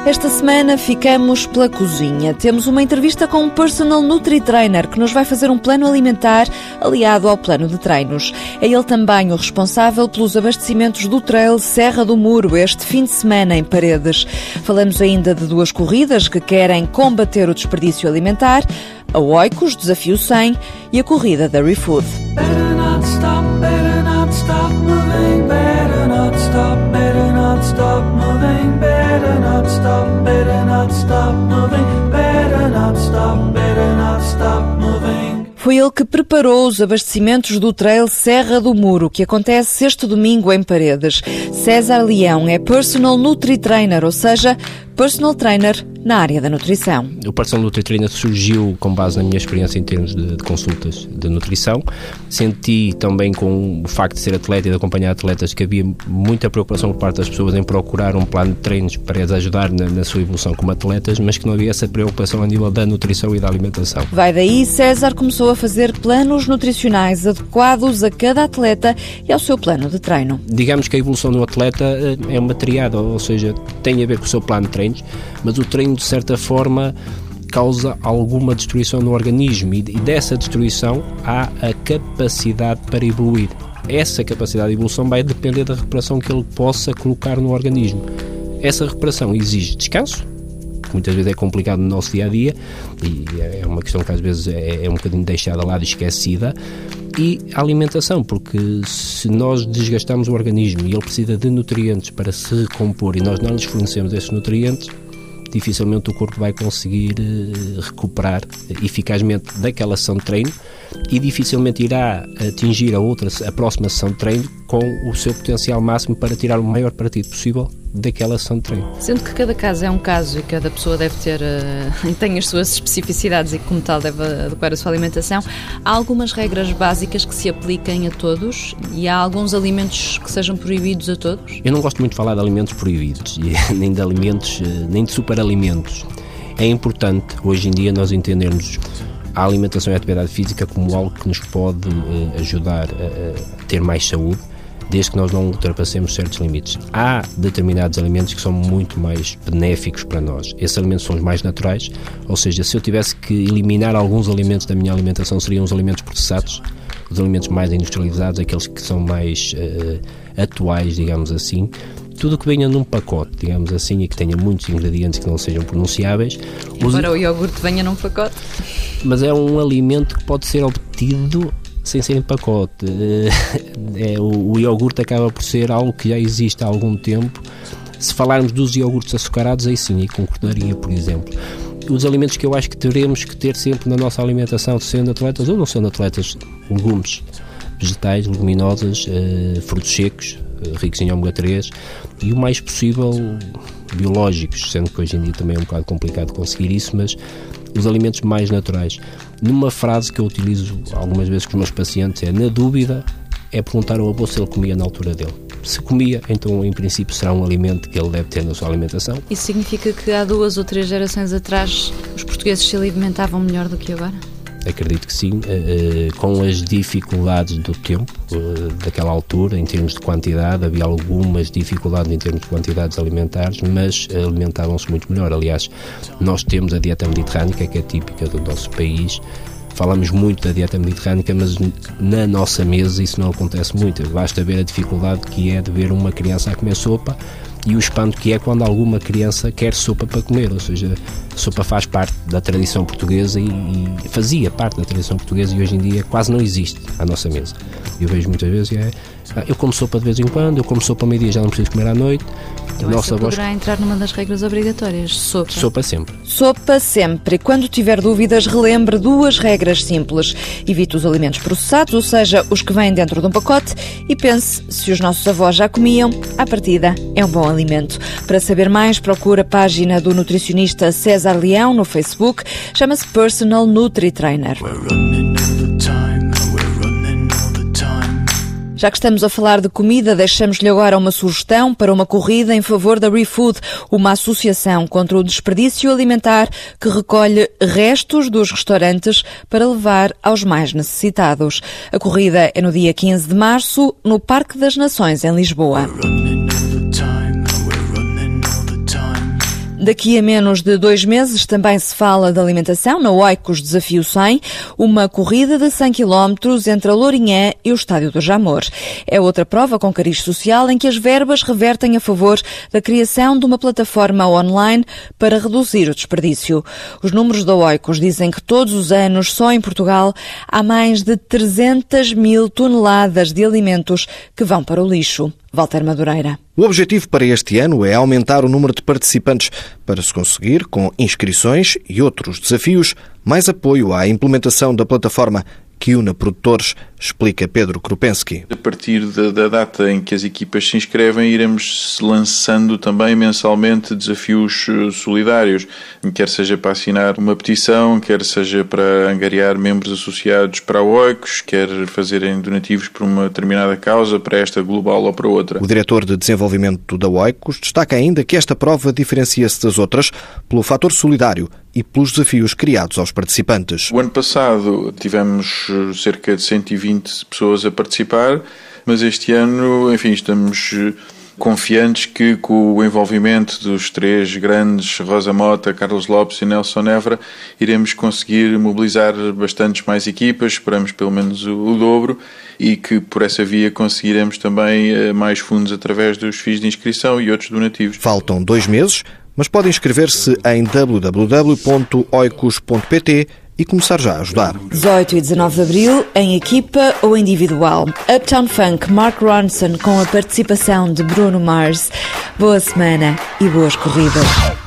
Esta semana ficamos pela cozinha. Temos uma entrevista com um personal Nutri-Trainer que nos vai fazer um plano alimentar aliado ao plano de treinos. É ele também o responsável pelos abastecimentos do Trail Serra do Muro este fim de semana em Paredes. Falamos ainda de duas corridas que querem combater o desperdício alimentar, a Oikos, Desafio 100 e a corrida da ReFood. Foi ele que preparou os abastecimentos do Trail Serra do Muro, que acontece este domingo em Paredes. César Leão é Personal Nutri-Trainer, ou seja, Personal Trainer na área da nutrição. O Personal Nutri-Trainer surgiu com base na minha experiência em termos de consultas de nutrição. Senti também, com o facto de ser atleta e de acompanhar atletas, que havia muita preocupação por parte das pessoas em procurar um plano de treinos para as ajudar na sua evolução como atletas, mas que não havia essa preocupação a nível da nutrição e da alimentação. Vai daí, César começou a fazer planos nutricionais adequados a cada atleta e ao seu plano de treino. Digamos que a evolução do atleta é uma triada, ou seja, tem a ver com o seu plano de treinos, mas o treino, de certa forma, causa alguma destruição no organismo e dessa destruição há a capacidade para evoluir. Essa capacidade de evolução vai depender da recuperação que ele possa colocar no organismo. Essa recuperação exige descanso, que muitas vezes é complicado no nosso dia-a-dia e é uma questão que às vezes é um bocadinho deixada de lado e esquecida, e a alimentação, porque se nós desgastamos o organismo e ele precisa de nutrientes para se recompor e nós não lhes fornecemos esses nutrientes, dificilmente o corpo vai conseguir recuperar eficazmente daquela sessão de treino e dificilmente irá atingir a próxima sessão de treino com o seu potencial máximo para tirar o maior partido possível daquela sessão de treino. Sendo que cada caso é um caso e cada pessoa deve ter tem as suas especificidades e como tal deve adequar a sua alimentação, há algumas regras básicas que se apliquem a todos e há alguns alimentos que sejam proibidos a todos? Eu não gosto muito de falar de alimentos proibidos, nem de alimentos, nem de superalimentos. É importante hoje em dia nós entendermos a alimentação e a atividade física como algo que nos pode ajudar a ter mais saúde, desde que nós não ultrapassemos certos limites. Há determinados alimentos que são muito mais benéficos para nós. Esses alimentos são os mais naturais, ou seja, se eu tivesse que eliminar alguns alimentos da minha alimentação, seriam os alimentos processados, os alimentos mais industrializados, aqueles que são mais atuais, digamos assim. Tudo que venha num pacote, digamos assim, e que tenha muitos ingredientes que não sejam pronunciáveis. Embora o iogurte venha num pacote. Mas é um alimento que pode ser obtido sem ser em pacote. O iogurte acaba por ser algo que já existe há algum tempo. Se falarmos dos iogurtes açucarados, aí sim, aí concordaria, por exemplo. Os alimentos que eu acho que teremos que ter sempre na nossa alimentação, sendo atletas ou não sendo atletas, legumes, vegetais, leguminosas, frutos secos, ricos em ômega 3 e o mais possível biológicos, sendo que hoje em dia também é um bocado complicado conseguir isso, mas os alimentos mais naturais. Numa frase que eu utilizo algumas vezes com os meus pacientes é: na dúvida, é perguntar ao avô se ele comia na altura dele. Se comia, então em princípio será um alimento que ele deve ter na sua alimentação. Isso significa que há 2 ou 3 gerações atrás os portugueses se alimentavam melhor do que agora? Acredito que sim, com as dificuldades do tempo, daquela altura, em termos de quantidade, havia algumas dificuldades em termos de quantidades alimentares, mas alimentavam-se muito melhor. Aliás, nós temos a dieta mediterrânica, que é típica do nosso país. Falamos muito da dieta mediterrânica, mas na nossa mesa isso não acontece muito. Basta ver a dificuldade que é de ver uma criança a comer sopa e o espanto que é quando alguma criança quer sopa para comer, ou seja, a sopa faz parte da tradição portuguesa e fazia parte da tradição portuguesa e hoje em dia quase não existe à nossa mesa. Eu vejo muitas vezes eu como sopa de vez em quando, eu como sopa ao meio-dia, já não preciso comer à noite. Então essa poderá entrar numa das regras obrigatórias, sopa. Sopa sempre. Sopa sempre. Quando tiver dúvidas, relembre 2 regras simples. Evite os alimentos processados, ou seja, os que vêm dentro de um pacote, e pense, se os nossos avós já comiam, à partida é um bom alimento. Para saber mais, procure a página do nutricionista César Leão no Facebook. Chama-se Personal Nutri-Trainer. Já que estamos a falar de comida, deixamos-lhe agora uma sugestão para uma corrida em favor da ReFood, uma associação contra o desperdício alimentar que recolhe restos dos restaurantes para levar aos mais necessitados. A corrida é no dia 15 de março, no Parque das Nações, em Lisboa. Daqui a menos de 2 meses também se fala de alimentação na Oikos Desafio 100, uma corrida de 100 km entre a Lourinhã e o Estádio do Jamor. É outra prova com cariz social em que as verbas revertem a favor da criação de uma plataforma online para reduzir o desperdício. Os números da Oikos dizem que todos os anos, só em Portugal, há mais de 300 mil toneladas de alimentos que vão para o lixo. Walter Madureira. O objetivo para este ano é aumentar o número de participantes para se conseguir, com inscrições e outros desafios, mais apoio à implementação da plataforma que une produtores, explica Pedro Krupensky. A partir da data em que as equipas se inscrevem, iremos lançando também mensalmente desafios solidários, quer seja para assinar uma petição, quer seja para angariar membros associados para a Oikos, quer fazerem donativos por uma determinada causa, para esta global ou para outra. O diretor de desenvolvimento da Oikos destaca ainda que esta prova diferencia-se das outras pelo fator solidário e pelos desafios criados aos participantes. O ano passado tivemos cerca de 120 pessoas a participar, mas este ano, enfim, estamos confiantes que com o envolvimento dos 3 grandes, Rosa Mota, Carlos Lopes e Nelson Évora, iremos conseguir mobilizar bastantes mais equipas, esperamos pelo menos o dobro, e que por essa via conseguiremos também mais fundos através dos FIIs de inscrição e outros donativos. Faltam 2 meses, mas podem inscrever-se em www.oikos.pt e começar já a ajudar. 18 e 19 de abril, em equipa ou individual. Uptown Funk, Mark Ronson, com a participação de Bruno Mars. Boa semana e boas corridas.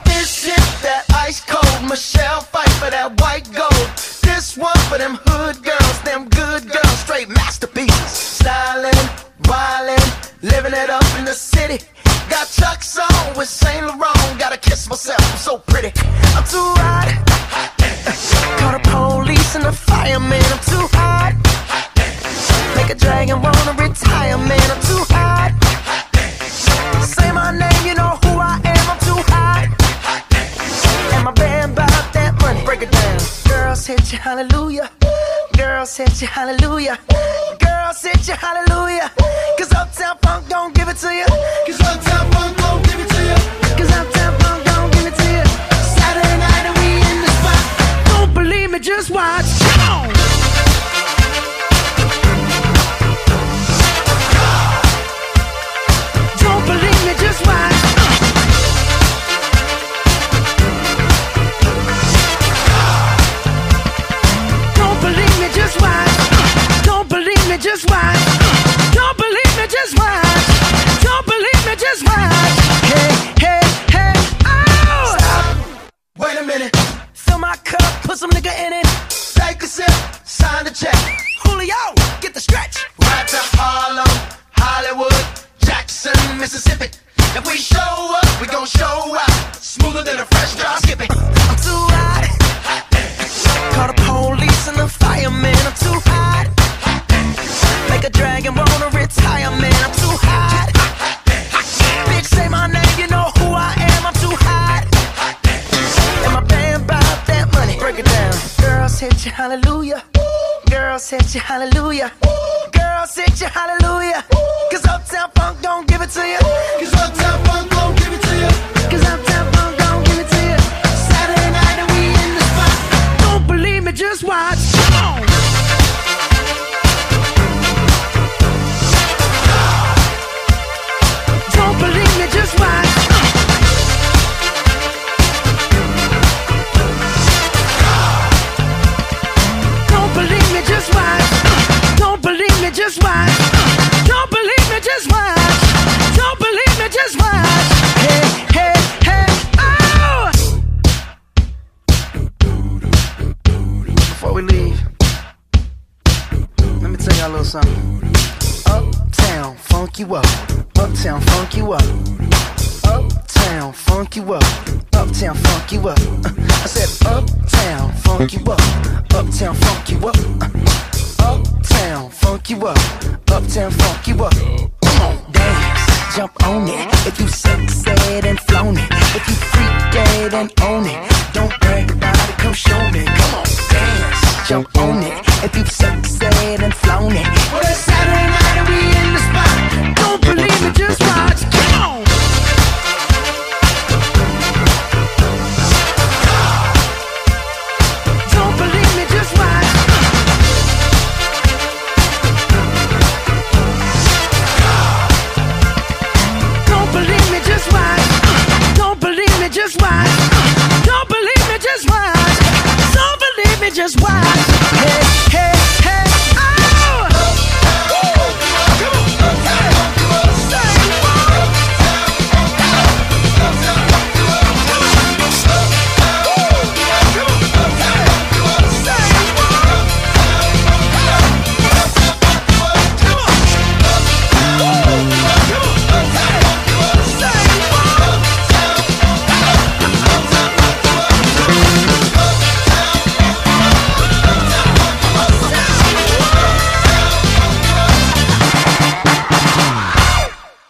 Got Chuck's on with Saint Laurent. Gotta kiss myself, I'm so pretty. I'm too hot. Call the police and the fireman. I'm too hot. Make a dragon wanna retire, man. I'm too hot. Say my name, you know who I am. I'm too hot. And my band bought that money. Break it down. Girls hit you, hallelujah. Girls hit you, hallelujah. Girls hit you, hallelujah. Cause Uptown Funk don't give it to you. Cause Uptown Funk don't give it to you. Cause Uptown Funk don't give it to you. Saturday night and we in the spot. Don't believe me, just watch. Come on. Don't believe me, just watch. Don't believe me, just watch. Don't believe me, just watch. Don't believe me, just watch. Don't believe me, just watch. Hey, hey, hey, oh! Stop. Wait a minute. Fill my cup, put some nigga in it. Take a sip, sign the check. Julio, get the stretch. Right to Harlem, Hollywood, Jackson, Mississippi. If we show up, we gon' show out. Smoother than a fresh drop skipping. I'm too hot. Call the police and the fireman. I'm too hot. Make a dragon wanna retire, man. I'm too hot. Bitch, say my name, you know who I am. I'm too hot. And my band bought that money. Break it down. Girls hit you, hallelujah. Girls hit you, hallelujah. Girls hit you, hallelujah. Cause Uptown Funk don't give it to you. Cause Uptown Funk don't give it to you. Cause Uptown Funk don't give it to you. Saturday night and we in the spot. Don't believe me, just watch. Come on. Don't believe me, just watch. Don't believe me, just watch. Don't believe me, just watch. Don't believe me, just watch. Don't believe me, just watch. Hey, hey, hey, oh! Before we leave, let me tell y'all a little something. Uptown, funk you up. Uptown, funk you up. Uptown, funk you up. Uptown, funk you up. I said uptown, funk you up. Uptown, funk you up. Uptown, funk you up. Uptown, funk you up. Come on, dance, jump on it. If you suck, said and flown it. If you freak dead and own it.